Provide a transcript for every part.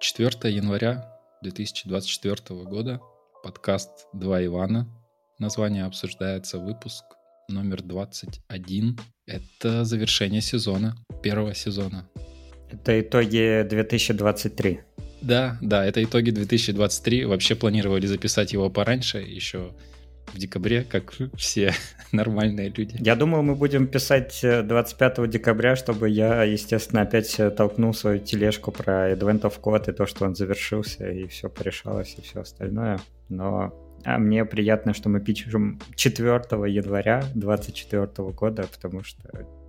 4 января 2024 года. Подкаст «Два Ивана». Название обсуждается, выпуск номер 21. Это завершение сезона, первого сезона. Это итоги 2023. Да, это итоги 2023. Вообще планировали записать его пораньше, еще в декабре, как все нормальные люди. Я думал, мы будем писать 25 декабря, чтобы я, естественно, опять толкнул свою тележку про Advent of Code и то, что он завершился, и все порешалось, и все остальное. Но мне приятно, что мы пишем 4 января 2024 года, потому что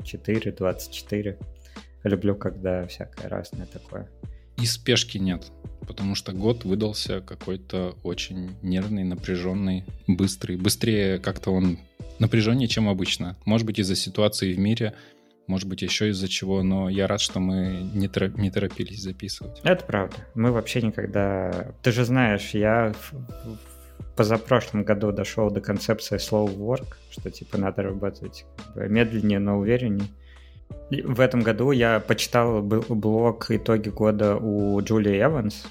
4-24. Люблю, когда всякое разное такое. И спешки нет, потому что год выдался какой-то очень нервный, напряженный, быстрый. Быстрее как-то он напряженнее, чем обычно. Может быть, из-за ситуации в мире, может быть, еще из-за чего, но я рад, что мы не торопились записывать. Это правда. Мы вообще никогда... Ты же знаешь, я в позапрошлом году дошел до концепции slow work, что типа надо работать медленнее, но увереннее. В этом году я почитал блог «Итоги года» у Джулии Эванс,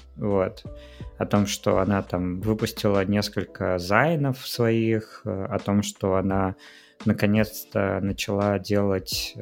о том, что она там выпустила несколько зайнов своих, о том, что она наконец-то начала делать...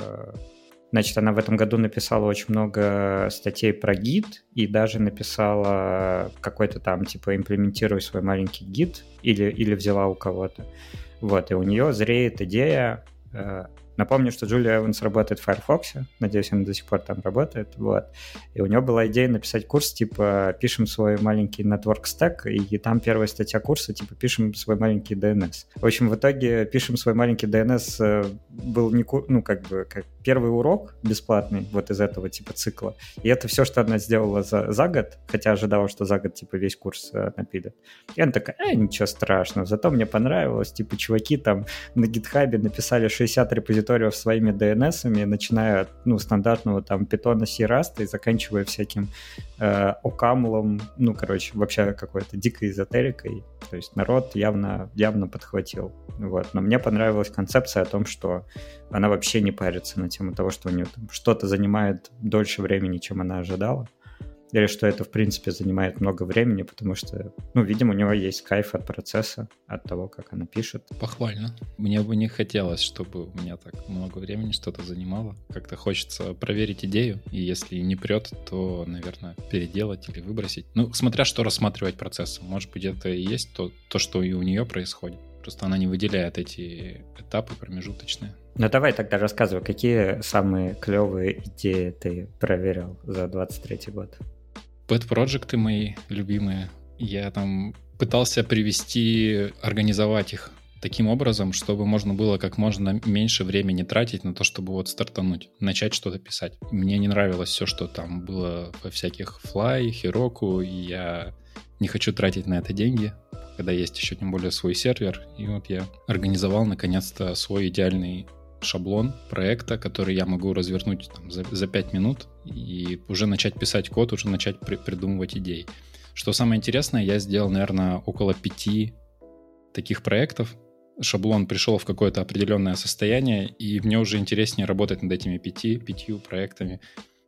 Значит, она в этом году написала очень много статей про гид и даже написала какой-то там, типа, имплементируй свой маленький гид или взяла у кого-то. И у нее зреет идея... Напомню, что Джулия Эванс работает в Firefox, надеюсь, она до сих пор там работает, И у нее была идея написать курс, типа, пишем свой маленький network stack, и там первая статья курса, типа, пишем свой маленький DNS. В общем, в итоге пишем свой маленький DNS был как первый урок бесплатный из этого, типа, цикла. И это все, что она сделала за год, хотя ожидала, что за год, типа, весь курс напилит. И она такая, ничего страшного, зато мне понравилось, типа, чуваки там на GitHub написали 60 репозиториев своими DNS-ами, начиная от стандартного там питона C-Rust и заканчивая всяким окамлом, вообще какой-то дикой эзотерикой. То есть народ явно подхватил. Но мне понравилась концепция о том, что она вообще не парится на тему того, что у нее там что-то занимает дольше времени, чем она ожидала. Или что это, в принципе, занимает много времени, потому что, видимо, у него есть кайф от процесса, от того, как она пишет. Похвально. Мне бы не хотелось, чтобы у меня так много времени что-то занимало. Как-то хочется проверить идею, и если не прет, то, наверное, переделать или выбросить. Смотря что рассматривать процессом. Может быть, это и есть то, что и у нее происходит. Просто она не выделяет эти этапы промежуточные. Давай тогда рассказывай, какие самые клевые идеи ты проверил за 23 год? Пэт-проджекты мои любимые. Я там пытался организовать их таким образом, чтобы можно было как можно меньше времени тратить на то, чтобы стартануть, начать что-то писать. Мне не нравилось все, что там было во всяких Fly, Heroku, и я не хочу тратить на это деньги, когда есть еще тем более свой сервер. И я организовал наконец-то свой идеальный шаблон проекта, который я могу развернуть за 5 минут и уже начать писать код, уже начать придумывать идеи. Что самое интересное, я сделал, наверное, около 5 таких проектов. Шаблон пришел в какое-то определенное состояние, и мне уже интереснее работать над этими 5 проектами,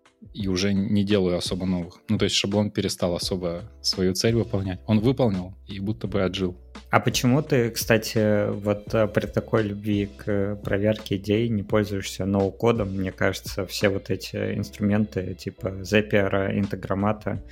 и уже не делаю особо новых. То есть шаблон перестал особо свою цель выполнять. Он выполнил и будто бы отжил. А почему ты, кстати, при такой любви к проверке идей не пользуешься ноу-кодом? Мне кажется, все эти инструменты типа Zapier, Integromat,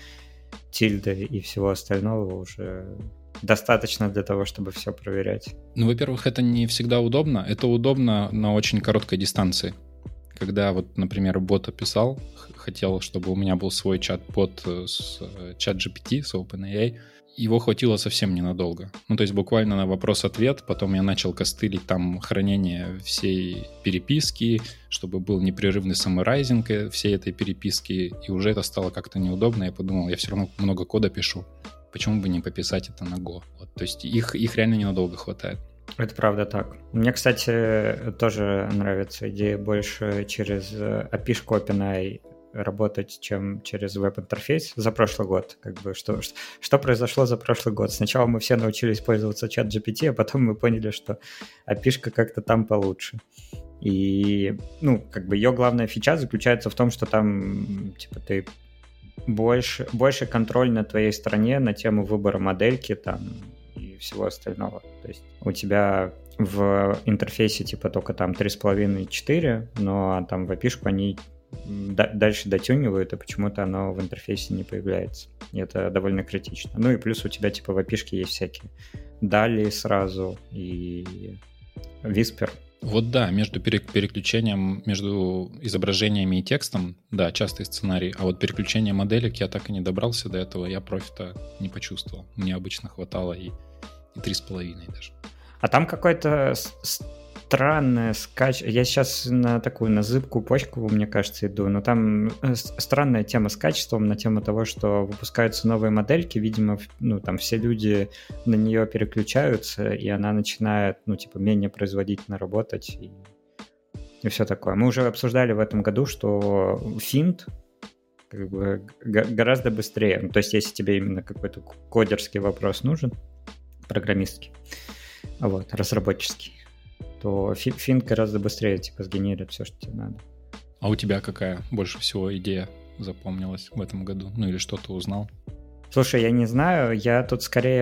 Tilde и всего остального уже достаточно для того, чтобы все проверять. Во-первых, это не всегда удобно. Это удобно на очень короткой дистанции. Когда, например, бота писал, хотел, чтобы у меня был свой чат-бот с ChatGPT, с OpenAI, его хватило совсем ненадолго. То есть буквально на вопрос-ответ, потом я начал костылить там хранение всей переписки, чтобы был непрерывный саммарайзинг всей этой переписки, и уже это стало как-то неудобно. Я подумал, я все равно много кода пишу, почему бы не пописать это на Go? То есть их реально ненадолго хватает. Это правда так. Мне, кстати, тоже нравится идея больше через API-шку OpenAI работать, чем через веб-интерфейс за прошлый год. Что произошло за прошлый год? Сначала мы все научились пользоваться ChatGPT, а потом мы поняли, что API-шка как-то там получше. И, ее главная фича заключается в том, что там, ты больше контроль на твоей стороне на тему выбора модельки там и всего остального. То есть у тебя в интерфейсе типа только там 3,5-4, но там в API-шку они дальше дотюнивают, и почему-то оно в интерфейсе не появляется. И это довольно критично. Ну и плюс у тебя типа в API-шке есть всякие DALL-E сразу и Whisper. Вот да, между переключением между изображениями и текстом, да, частый сценарий, а вот переключение моделек я так и не добрался до этого, я профита не почувствовал. Мне обычно хватало и 3,5 даже. А там какой-то странная я сейчас на зыбкую почку, мне кажется, иду, но там странная тема с качеством на тему того, что выпускаются новые модельки, видимо, там все люди на нее переключаются, и она начинает, менее производительно работать и все такое. Мы уже обсуждали в этом году, что финт как бы гораздо быстрее, то есть если тебе именно какой-то кодерский вопрос нужен, программистский, разработческий, то финт гораздо быстрее сгенерит все, что тебе надо. А у тебя какая больше всего идея запомнилась в этом году? Или что ты узнал? Слушай, я не знаю, я тут скорее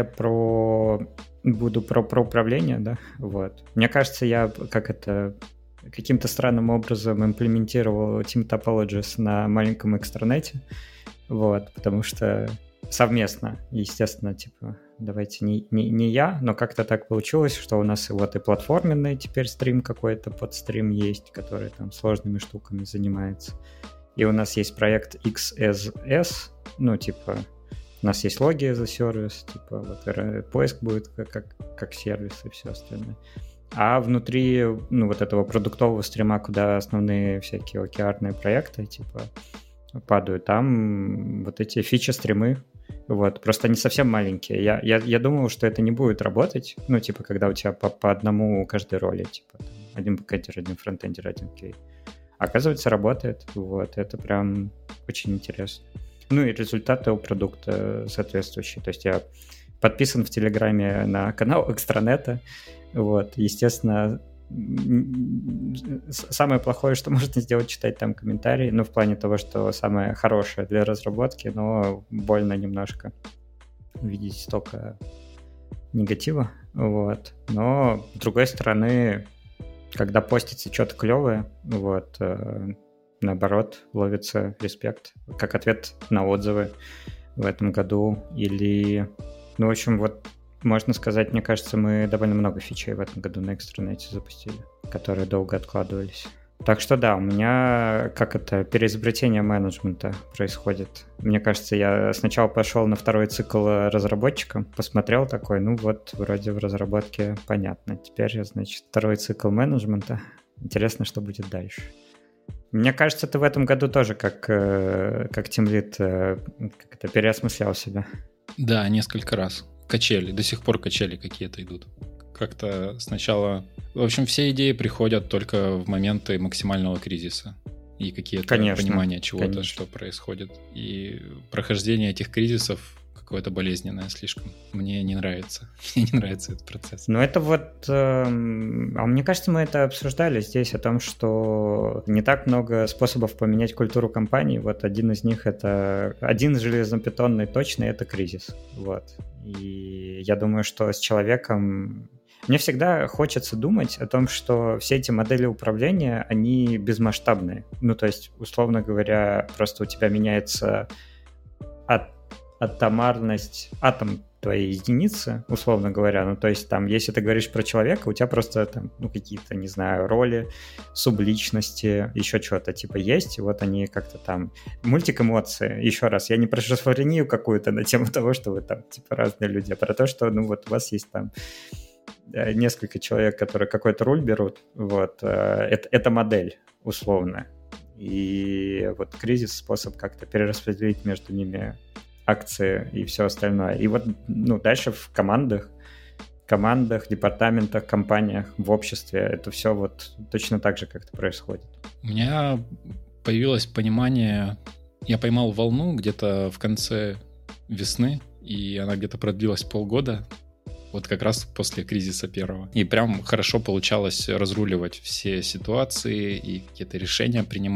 буду про управление, да, вот. Мне кажется, я каким-то странным образом имплементировал Team Topologies на маленьком экстранете, потому что совместно, естественно, давайте не я, но как-то так получилось, что у нас и платформенный теперь стрим какой-то, подстрим есть, который там сложными штуками занимается. И у нас есть проект XSS, у нас есть логи as a сервис, поиск будет как сервис и все остальное. А внутри, этого продуктового стрима, куда основные всякие OKR-ные проекты, падают, там эти фичи-стримы, просто они совсем маленькие. Я думал, что это не будет работать, когда у тебя по одному каждой роли, один бэкэндер, один фронтендер, один QA. Оказывается, работает, это прям очень интересно. И результаты у продукта соответствующие, то есть я подписан в Телеграме на канал Экстранета, естественно, самое плохое, что можно сделать, читать там комментарии, в плане того, что самое хорошее для разработки, но больно немножко видеть столько негатива, но с другой стороны, когда постится что-то клевое, наоборот, ловится респект, как ответ на отзывы в этом году, или, в общем, можно сказать, мне кажется, мы довольно много фичей в этом году на экстранете запустили, которые долго откладывались. Так что да, у меня переизобретение менеджмента происходит. Мне кажется, я сначала пошел на второй цикл разработчика, посмотрел такой, вроде в разработке понятно. Теперь, второй цикл менеджмента. Интересно, что будет дальше. Мне кажется, ты в этом году тоже как тимлид переосмыслял себя. Да, несколько раз. Качели, до сих пор качели какие-то идут. Как-то сначала... В общем, все идеи приходят только в моменты максимального кризиса. И какие-то понимания чего-то, что происходит. И прохождение этих кризисов какое-то болезненное слишком. Мне не нравится. Мне не нравится этот процесс. А мне кажется, мы это обсуждали здесь, о том, что не так много способов поменять культуру компании. Один из них это... Один железобетонный точный — это кризис. И я думаю, что с человеком... Мне всегда хочется думать о том, что все эти модели управления, они безмасштабные. То есть, условно говоря, просто у тебя меняется атомарность, атом твоей единицы, условно говоря. То есть, если ты говоришь про человека, у тебя просто какие-то, не знаю, роли, субличности, еще что-то есть, и они как-то мультик эмоций. Еще раз, я не про шизофрению какую-то на тему того, что вы разные люди, а про то, что, у вас есть несколько человек, которые какой-то руль берут, это модель условно. И кризис — способ как-то перераспределить между ними акции и все остальное. И дальше в командах, департаментах, компаниях, в обществе это все точно так же как-то происходит. У меня появилось понимание, я поймал волну где-то в конце весны, и она где-то продлилась полгода, как раз после кризиса первого. И прям хорошо получалось разруливать все ситуации и какие-то решения принимать.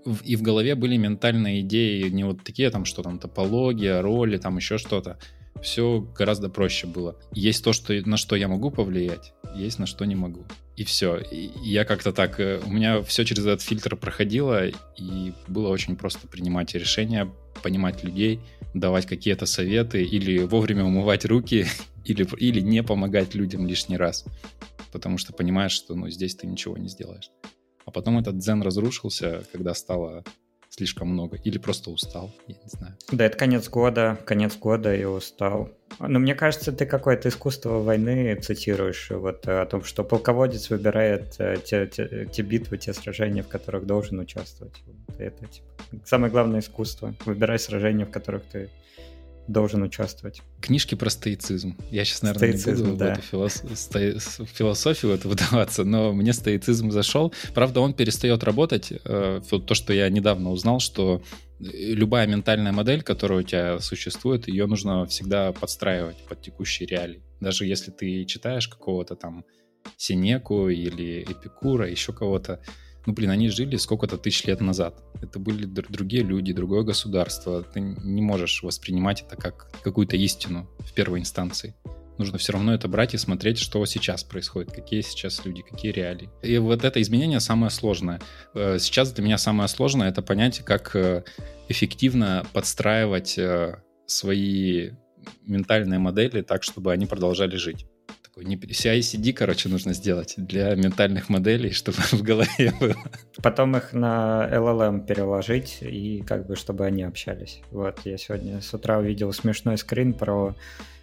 и в голове были ментальные идеи, не вот такие там, что там топология, роли, там еще что-то. Все гораздо проще было. Есть то, на что я могу повлиять, есть на что не могу. И все. И я как-то так... У меня все через этот фильтр проходило, и было очень просто принимать решения, понимать людей, давать какие-то советы, или вовремя умывать руки, или не помогать людям лишний раз. Потому что понимаешь, что здесь ты ничего не сделаешь. А потом этот дзен разрушился, когда стало слишком много. Или просто устал, я не знаю. Да, это конец года и устал. Но мне кажется, ты какое-то искусство войны цитируешь, вот о том, что полководец выбирает те битвы, те сражения, в которых должен участвовать. Вот это самое главное искусство. Выбирай сражения, в которых ты должен участвовать. Книжки про стоицизм. Я сейчас, наверное, не буду в эту философию выдаваться, но мне стоицизм зашел. Правда, он перестает работать. То, что я недавно узнал, что любая ментальная модель, которая у тебя существует, ее нужно всегда подстраивать под текущие реалии. Даже если ты читаешь какого-то там Сенеку или Эпикура, еще кого-то, они жили сколько-то тысяч лет назад. Это были другие люди, другое государство. Ты не можешь воспринимать это как какую-то истину в первой инстанции. Нужно все равно это брать и смотреть, что сейчас происходит, какие сейчас люди, какие реалии. И вот это изменение самое сложное. Сейчас для меня самое сложное — это понять, как эффективно подстраивать свои ментальные модели так, чтобы они продолжали жить. CI/CD, нужно сделать для ментальных моделей, чтобы в голове было. Потом их на LLM переложить и чтобы они общались. Вот, я сегодня с утра увидел смешной скрин про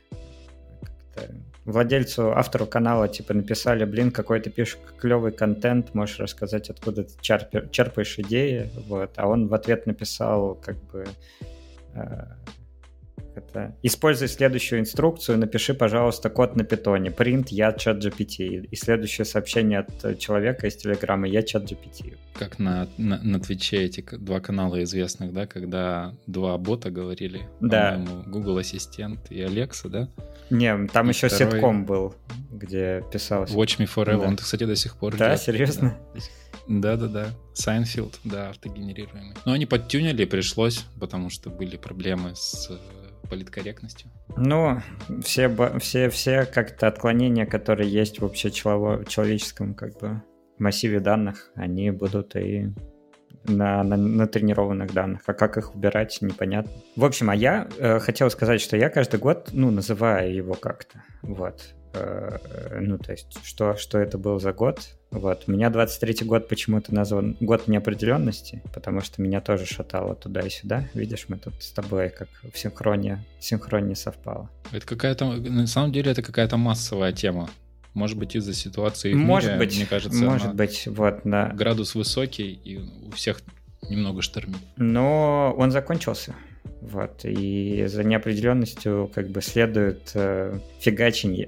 владельцу, автору канала, написали, какой ты пишешь клевый контент, можешь рассказать, откуда ты черпаешь идеи, вот, а он в ответ написал, используй следующую инструкцию, напиши, пожалуйста, код на питоне, print я ChatGPT, и следующее сообщение от человека из Телеграма, я ChatGPT. Как на Твиче эти два канала известных, да, когда два бота говорили, да. По-моему, Google Ассистент и Alexa, да? Не, там и еще ситком был, где писался. Watch Me Forever, да. Он, кстати, до сих пор да, идет. Серьезно? Да. Сайнфилд, да, автогенерируемый. Но они подтюнили, пришлось, потому что были проблемы с политкорректностью. Все как-то отклонения, которые есть в общечеловеческом массиве данных, они будут и на тренированных данных. А как их убирать, непонятно. В общем, а я хотел сказать, что я каждый год, называю его как-то. Вот. То есть, что это был за год. Вот. У меня 23-й год почему-то назван год неопределенности, потому что меня тоже шатало туда и сюда. Видишь, мы тут с тобой как в синхроне совпало. Это на самом деле, это какая-то массовая тема. Может быть, из-за ситуации в мире, мне кажется, может быть, вот, да. Градус высокий, и у всех немного штормит. Но он закончился. Вот. И за неопределенностью следует фигаченье.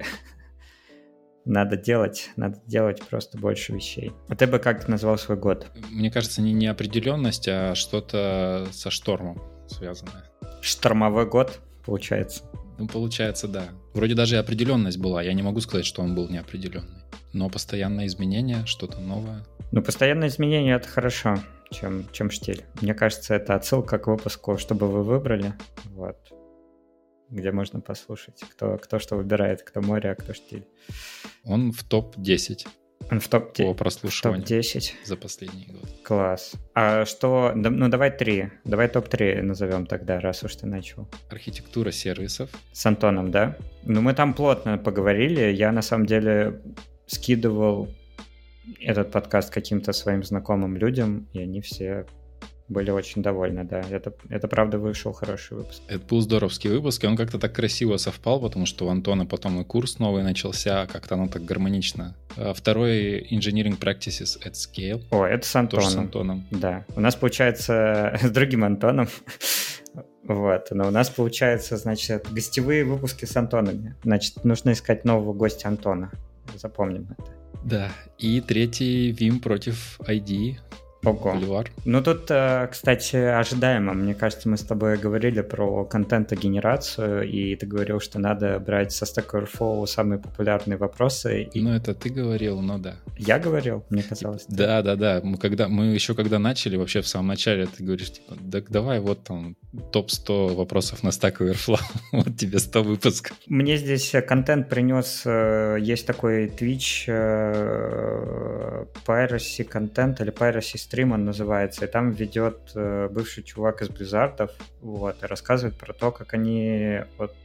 Надо делать просто больше вещей. А ты бы как назвал свой год? Мне кажется, не неопределенность, а что-то со штормом связанное. Штормовой год, получается? Получается, да. Вроде даже и определенность была. Я не могу сказать, что он был неопределенный. Но постоянное изменение, что-то новое. Постоянное изменение — это хорошо, чем штиль. Мне кажется, это отсылка к выпуску «Что бы вы выбрали?», вот, где можно послушать, кто что выбирает, кто море, а кто штиль. Он в топ-10. Он в топ-10. По прослушиванию. Топ-10. За последний год. Класс. А что... давай 3. Давай топ-3 назовем тогда, раз уж ты начал. Архитектура сервисов. С Антоном, да? Мы там плотно поговорили. Я, на самом деле, скидывал этот подкаст каким-то своим знакомым людям, и они все были очень довольны, да. Это правда вышел хороший выпуск. Это был здоровский выпуск, и он как-то так красиво совпал, потому что у Антона потом и курс новый начался, как-то оно так гармонично. Второй Engineering Practices at Scale. О, это с Антоном. Тоже с Антоном. Да. У нас получается с другим Антоном. Вот. Но у нас получается, значит, гостевые выпуски с Антонами. Значит, нужно искать нового гостя Антона. Запомним это. Да. И третий Vim против ID. Ого. Боливар. Ну тут, кстати, ожидаемо. Мне кажется, мы с тобой говорили про контентогенерацию, и ты говорил, что надо брать со Stack Overflow самые популярные вопросы. Ну, это ты говорил, но да. Я говорил, мне казалось. Да. Мы еще когда начали, вообще в самом начале, ты говоришь, типа, да давай вот там топ-100 вопросов на Stack Overflow, вот тебе 100 выпусков. Мне здесь контент принес, есть такой Twitch Piracy контент или Piracy Stream он называется, и там ведет бывший чувак из Blizzard'ов, вот, и рассказывает про то, как они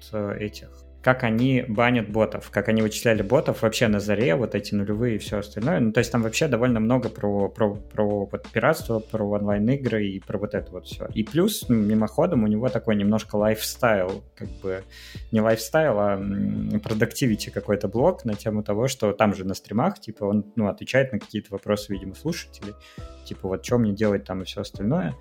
как они банят ботов, как они вычисляли ботов вообще на заре, вот эти нулевые и все остальное. Ну, то есть там вообще довольно много про вот пиратство, про онлайн-игры и про вот это вот все. И плюс, мимоходом, у него такой немножко лайфстайл, как бы не лайфстайл, а продактивити какой-то блог на тему того, что там же на стримах, типа, он, отвечает на какие-то вопросы, видимо, слушателей, типа, вот что мне делать там и все остальное.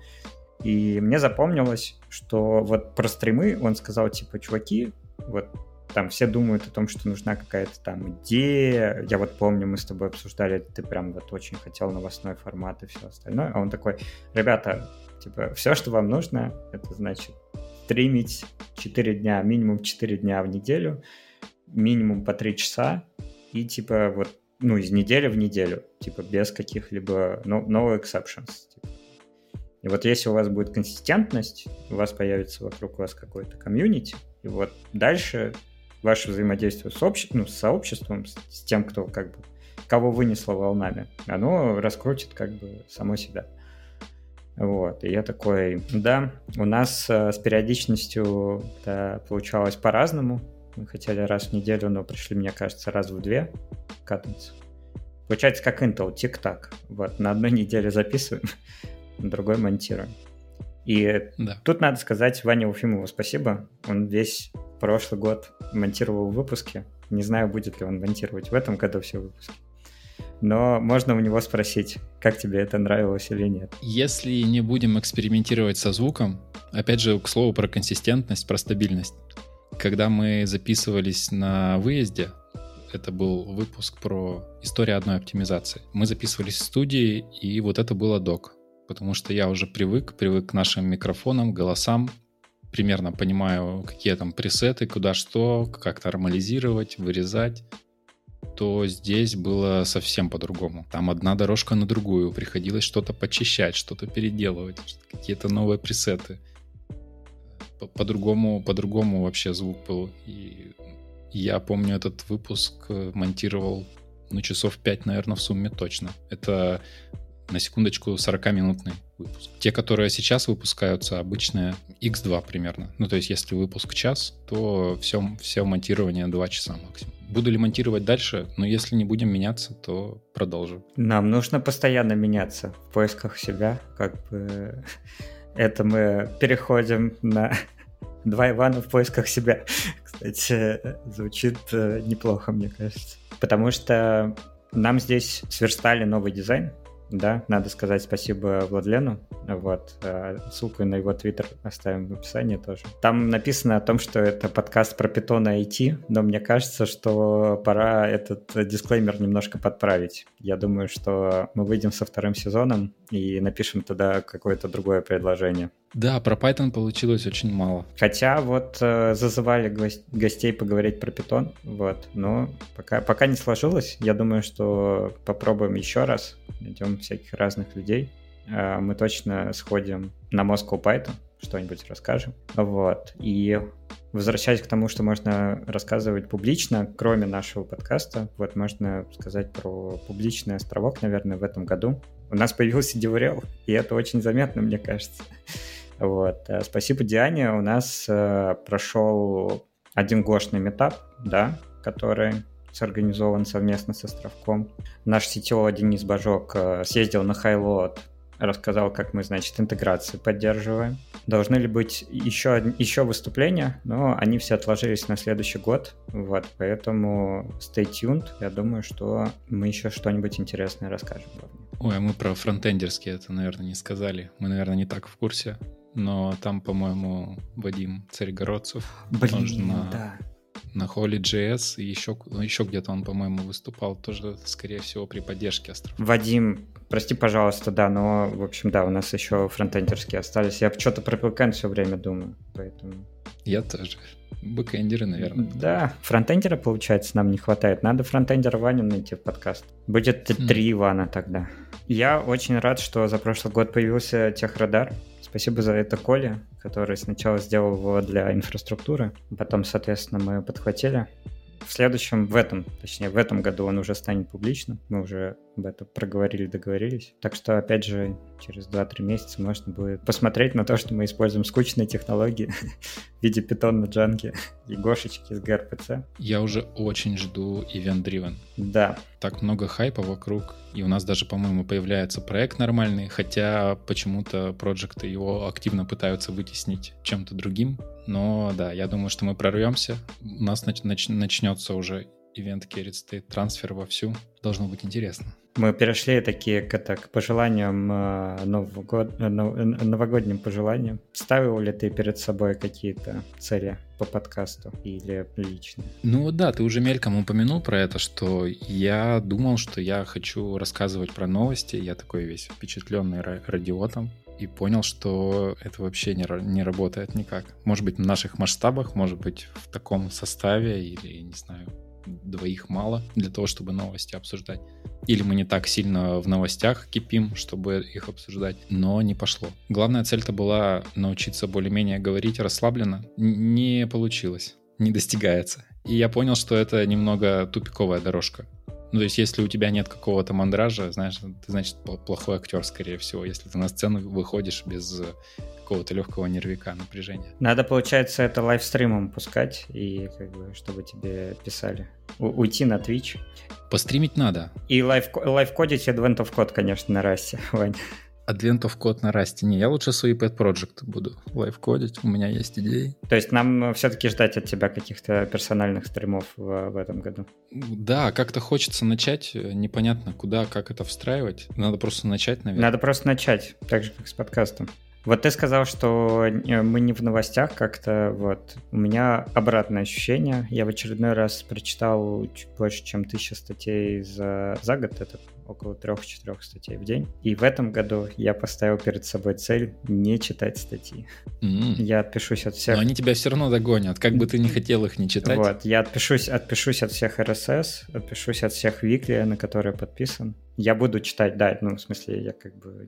И мне запомнилось, что вот про стримы он сказал, типа, чуваки, вот там все думают о том, что нужна какая-то там идея. Я вот помню, мы с тобой обсуждали, ты прям вот очень хотел новостной формат и все остальное. А он такой, ребята, типа, все, что вам нужно, это значит стримить 4 дня, минимум 4 дня в неделю, минимум по 3 часа и типа вот, из недели в неделю, типа без каких-либо no exceptions. Типа. И вот если у вас будет консистентность, у вас появится вокруг вас какой-то комьюнити, и вот дальше ваше взаимодействие с сообществом, с тем, кто как бы кого вынесло волнами, оно раскрутит как бы само себя. Вот, и я такой, да, у нас с периодичностью получалось по-разному. Мы хотели раз в неделю, но пришли, мне кажется, раз в 2 кататься. Получается, как Intel, тик-так. Вот, на одной неделе записываем, на другой монтируем. И тут надо сказать Ване Уфимову спасибо. Он весь прошлый год монтировал выпуски. Не знаю, будет ли он монтировать в этом году все выпуски. Но можно у него спросить, как тебе это нравилось или нет. Если не будем экспериментировать со звуком, опять же, к слову про консистентность, про стабильность. Когда мы записывались на выезде, это был выпуск про историю одной оптимизации. Мы записывались в студии, и вот это было док. Потому что я уже привык к нашим микрофонам, голосам, примерно понимаю, какие там пресеты, куда что, как нормализировать, вырезать, то здесь было совсем по-другому. Там одна дорожка на другую, приходилось что-то почищать, что-то переделывать, какие-то новые пресеты. По-другому вообще звук был. И я помню, этот выпуск монтировал, часов 5, наверное, в сумме точно. Это... на секундочку, 40-минутный выпуск. Те, которые сейчас выпускаются, обычные X2 примерно. То есть, если выпуск час, то все монтирование 2 часа максимум. Буду ли монтировать дальше? Но если не будем меняться, то продолжим. Нам нужно постоянно меняться в поисках себя. Как бы это мы переходим на 2 Ивана в поисках себя. Кстати, звучит неплохо, мне кажется. Потому что нам здесь сверстали новый дизайн. Да, надо сказать спасибо Владлену. Вот, ссылку на его твиттер оставим в описании тоже. Там написано о том, что это подкаст про Python и IT, но мне кажется, что пора этот дисклеймер немножко подправить. Я думаю, что мы выйдем со 2 сезоном и напишем туда какое-то другое предложение. Да, про Python получилось очень мало. Хотя вот зазывали гостей поговорить про Python, вот, но пока не сложилось. Я думаю, что попробуем еще раз, найдем всяких разных людей. Мы точно сходим на Moscow Python, что-нибудь расскажем. Вот, и возвращаясь к тому, что можно рассказывать публично, кроме нашего подкаста, вот можно сказать про публичный островок, наверное, в этом году. У нас появился Деврел, и это очень заметно, мне кажется. Вот. Спасибо Диане. У нас прошел один гошный митап, да, который сорганизован совместно с Островком. Наш CTO Денис Бажок съездил на Highload, рассказал, как мы, значит, интеграции поддерживаем. Должны ли быть еще выступления, но они все отложились на следующий год. Вот, поэтому stay tuned. Я думаю, что мы еще что-нибудь интересное расскажем. Ой, а мы про фронтендерские это, наверное, не сказали. Мы, наверное, не так в курсе. Но там, по-моему, Вадим Царегородцев. На Holy.js и еще где-то он, по-моему, выступал. Тоже, скорее всего, при поддержке Островка. Вадим Прости, пожалуйста, да, но, в общем, да, у нас еще фронтендерские остались. Я что-то про бэкэнд все время думаю, поэтому... Я тоже. Бэкэндеры, наверное. Да, фронтендера, получается, нам не хватает. Надо фронтендера Ваню найти в подкаст. Будет 3 Ивана тогда. Я очень рад, что за прошлый год появился Техрадар. Спасибо за это Коле, который сначала сделал его для инфраструктуры, потом, соответственно, мы подхватили. В этом году он уже станет публичным. Мы уже об этом проговорили, договорились. Так что, опять же, через 2-3 месяца можно будет посмотреть на то, что мы используем скучные технологии в виде Python на Django и Гошечки с gRPC. Я уже очень жду Event-Driven. Да. Так много хайпа вокруг, и у нас даже, по-моему, появляется проект нормальный, хотя почему-то проекты его активно пытаются вытеснить чем-то другим. Но да, я думаю, что мы прорвемся. У нас начнется уже ивент Carrot State трансфер вовсю. Должно быть интересно. Мы перешли к пожеланиям новогодним пожеланиям. Ставил ли ты перед собой какие-то цели по подкасту или лично? Ну да, ты уже мельком упомянул про это, что я думал, что я хочу рассказывать про новости. Я такой весь впечатленный радиотом. И понял, что это вообще не работает никак. Может быть, в наших масштабах, может быть, в таком составе или, не знаю, 2 мало для того, чтобы новости обсуждать. Или мы не так сильно в новостях кипим, чтобы их обсуждать, но не пошло. Главная цель-то была научиться более-менее говорить расслабленно. Не получилось, не достигается. И я понял, что это немного тупиковая дорожка. Ну, то есть, если у тебя нет какого-то мандража, знаешь, ты, значит, плохой актер, скорее всего, если ты на сцену выходишь без какого-то легкого нервика, напряжения. Надо, получается, это лайвстримом пускать, и как бы, чтобы тебе писали. Уйти на Twitch. Постримить надо. И лайв-кодить Advent of Code, конечно, на Расте, Вань. Advent of Code на Расте. Не, я лучше свои pet project буду лайв-кодить, у меня есть идеи. То есть нам все-таки ждать от тебя каких-то персональных стримов в этом году? Да, как-то хочется начать, непонятно куда, как это встраивать. Надо просто начать, наверное. Надо просто начать, так же, как с подкастом. Вот ты сказал, что мы не в новостях как-то, вот. У меня обратное ощущение. Я в очередной раз прочитал чуть больше, чем 1000 статей за год. Это около 3-4 статей в день. И в этом году я поставил перед собой цель не читать статьи. Я отпишусь от всех... Но они тебя все равно догонят, как бы ты не хотел их не читать. Вот, я отпишусь от всех RSS, отпишусь от всех weekly, на которые подписан. Я буду читать, да, ну, в смысле, я как бы...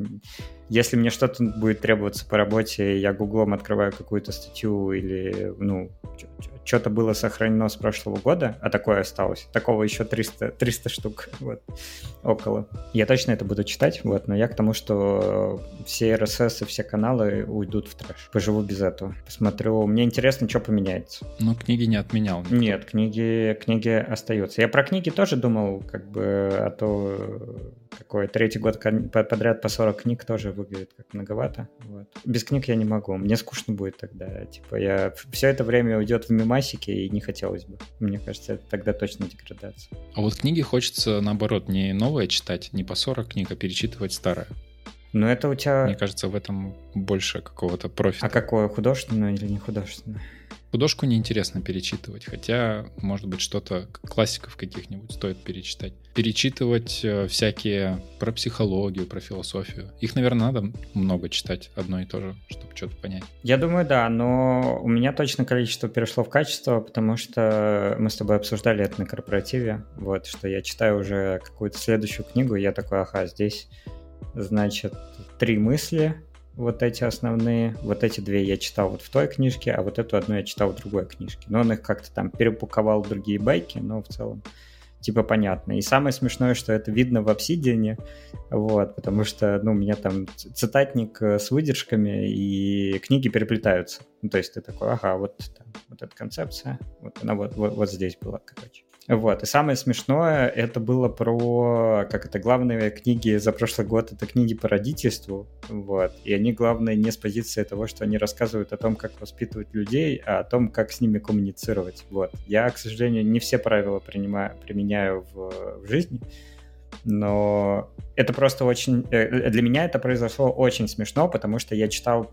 Если мне что-то будет требоваться по работе, я гуглом открываю какую-то статью или, ну, что-то было сохранено с прошлого года, а такое осталось. Такого еще 300 штук, вот, около. Я точно это буду читать, вот, но я к тому, что все RSS и все каналы уйдут в трэш. Поживу без этого. Посмотрю. Мне интересно, что поменяется. Но книги не отменял. Никто. Нет, книги остаются. Я про книги тоже думал, как бы, а то какой 3-й год подряд по 40 книг тоже выглядит как многовато. Вот. Без книг я не могу. Мне скучно будет тогда. Типа, все это время уйдет в мемасики, и не хотелось бы. Мне кажется, это тогда точно деградация. А вот книги хочется, наоборот, не новое читать, не по 40 книг, а перечитывать старое. Но это у тебя... Мне кажется, в этом больше какого-то профита. А какое, художественное или не художественное? Художку неинтересно перечитывать, хотя, может быть, что-то классиков каких-нибудь стоит перечитать. Перечитывать всякие про психологию, про философию. Их, наверное, надо много читать, одно и то же, чтобы что-то понять. Я думаю, да, но у меня точно количество перешло в качество, потому что мы с тобой обсуждали это на корпоративе, вот, что я читаю уже какую-то следующую книгу, и я такой, ага, здесь, значит, 3 мысли, вот эти основные, вот эти 2 я читал вот в той книжке, а вот эту одну я читал в другой книжке. Но он их как-то там перепаковал в другие байки, но в целом типа понятно. И самое смешное, что это видно в Obsidian, вот, потому что, ну, у меня там цитатник с выдержками, и книги переплетаются. Ну, то есть ты такой, ага, вот эта концепция, вот она вот здесь была, короче. Вот, и самое смешное, это было про, главные книги за прошлый год, это книги по родительству, вот, и они, главное, не с позиции того, что они рассказывают о том, как воспитывать людей, а о том, как с ними коммуницировать, вот. Я, к сожалению, не все правила применяю в жизни, но это просто очень... Для меня это произошло очень смешно, потому что я читал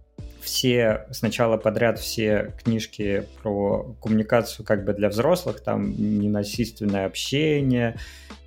сначала подряд все книжки про коммуникацию как бы для взрослых, там ненасильственное общение,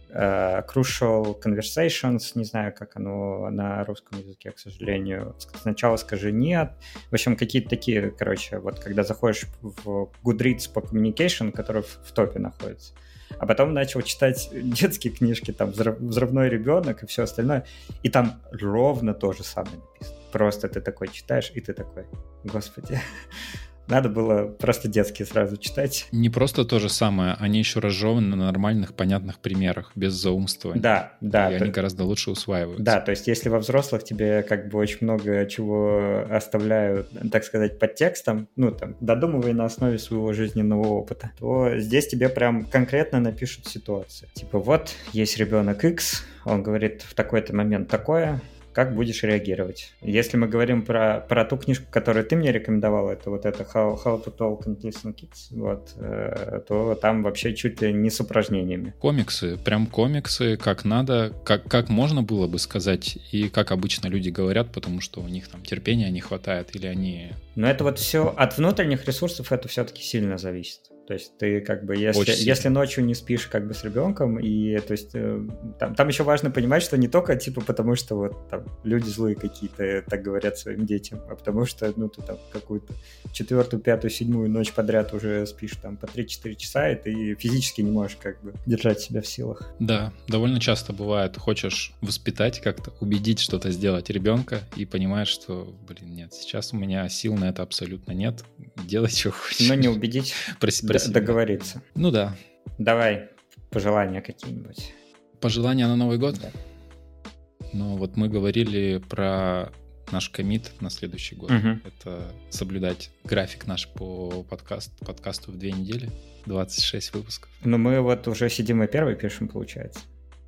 crucial conversations, не знаю, как оно на русском языке, к сожалению. Сначала скажи нет. В общем, какие-то такие, короче, вот когда заходишь в Goodreads по communication, который в топе находится, а потом начал читать детские книжки, там «Взрывной ребенок» и все остальное, и там ровно то же самое написано. Просто ты такой читаешь, и ты такой, господи, надо было просто детские сразу читать. Не просто то же самое, они еще разжеваны на нормальных, понятных примерах, без заумствования. Да. И они гораздо лучше усваиваются. Да, то есть если во взрослых тебе как бы очень много чего оставляют, так сказать, под текстом, ну, там, додумывай на основе своего жизненного опыта, то здесь тебе прям конкретно напишут ситуацию. Типа, вот, есть ребенок X, он говорит в такой-то момент такое, как будешь реагировать. Если мы говорим про ту книжку, которую ты мне рекомендовал, это вот это How to Talk and Listen Kids, вот, то там вообще чуть ли не с упражнениями. Комиксы, прям комиксы, как надо, как можно было бы сказать, и как обычно люди говорят, потому что у них там терпения не хватает, или они... Но это вот все от внутренних ресурсов, это все-таки сильно зависит. То есть ты как бы, если ночью не спишь как бы с ребенком, и то есть там еще важно понимать, что не только типа потому, что вот там люди злые какие-то так говорят своим детям, а потому что, ну, ты там какую-то 4-ю, 5-ю, 7-ю ночь подряд уже спишь там по 3-4 часа, и ты физически не можешь как бы держать себя в силах. Да, довольно часто бывает, хочешь воспитать как-то, убедить что-то сделать ребенка, и понимаешь, что, блин, нет, сейчас у меня сил на это абсолютно нет, делай, что хочешь. Но не убедить. Договориться. Ну да. Давай пожелания какие-нибудь. Пожелания на Новый год? Да. Ну вот мы говорили про наш коммит на следующий год. Это соблюдать график наш по подкасту в 2 недели. 26 выпусков. Ну мы вот уже сидим и первый пишем, получается.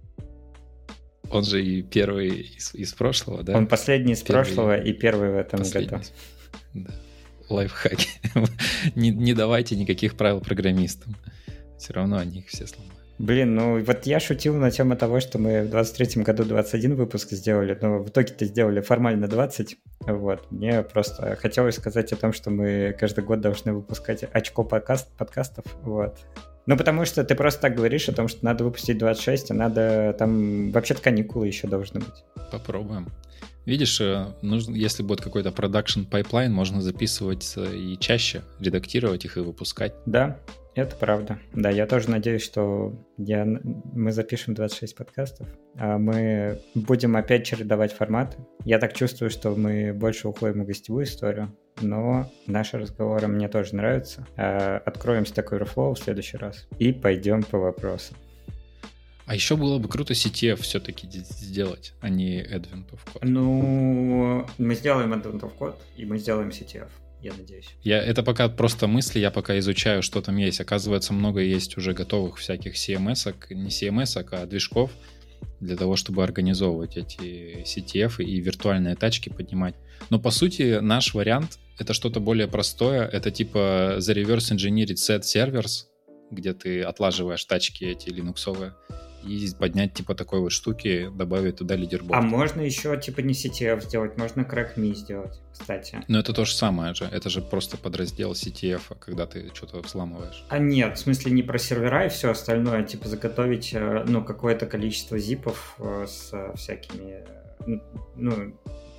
Он же и первый из прошлого, да? Он последний из прошлого и первый в этом году. Да. Лайфхаки. Не давайте никаких правил программистам. Все равно они их все сломают. Блин, ну вот я шутил на тему того, что мы в 23-м году 21 выпуск сделали, но в итоге-то сделали формально 20. Вот. Мне просто хотелось сказать о том, что мы каждый год должны выпускать очко подкастов. Вот. Ну, потому что ты просто так говоришь о том, что надо выпустить 26, а надо там... Вообще-то каникулы еще должны быть. Попробуем. Видишь, нужно, если будет какой-то продакшн пайплайн, можно записывать и чаще, редактировать их и выпускать. Да, это правда. Да, я тоже надеюсь, что мы запишем 26 подкастов, а мы будем опять чередовать форматы. Я так чувствую, что мы больше уходим в гостевую историю, но наши разговоры мне тоже нравятся. Откроем Stack Overflow в следующий раз и пойдем по вопросам. А еще было бы круто CTF все-таки сделать, а не Advent of Code. Ну, мы сделаем Advent of Code, и мы сделаем CTF, я надеюсь. Это пока просто мысли, я пока изучаю, что там есть. Оказывается, много есть уже готовых всяких CMS-ок, не CMS-ок, а движков для того, чтобы организовывать эти CTF и виртуальные тачки поднимать. Но по сути наш вариант — это что-то более простое. Это типа the reverse engineered set servers, где ты отлаживаешь тачки эти линуксовые, и поднять типа такой вот штуки, добавить туда лидерборд. А можно еще типа не CTF сделать, можно CrackMe сделать, кстати. Но это то же самое же, это же просто подраздел CTF, когда ты что-то взламываешь. А нет, в смысле не про сервера и все остальное, типа заготовить, ну, какое-то количество зипов с всякими, ну,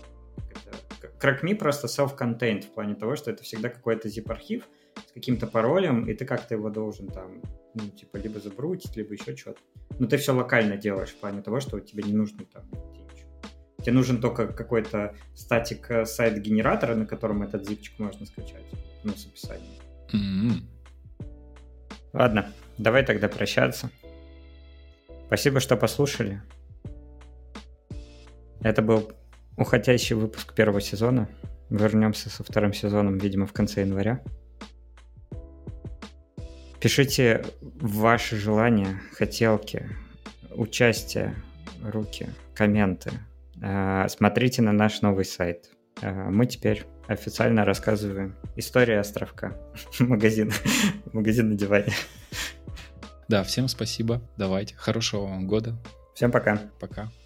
CrackMe просто self-contained в плане того, что это всегда какой-то zip-архив с каким-то паролем, и ты как-то его должен там, ну, типа, либо забрутить, либо еще что-то. Но ты все локально делаешь в плане того, что тебе не нужно там ничего. Тебе нужен только какой-то статик сайт-генератор, на котором этот зипчик можно скачать, ну, с описанием. Mm-hmm. Ладно, давай тогда прощаться. Спасибо, что послушали. Это был уходящий выпуск первого сезона. Вернемся со вторым сезоном, видимо, в конце января. Пишите ваши желания, хотелки, участие, руки, комменты. Смотрите на наш новый сайт. Мы теперь официально рассказываем историю островка. Магазин на диване. Да, всем спасибо. Давайте. Хорошего вам года. Всем пока. Пока.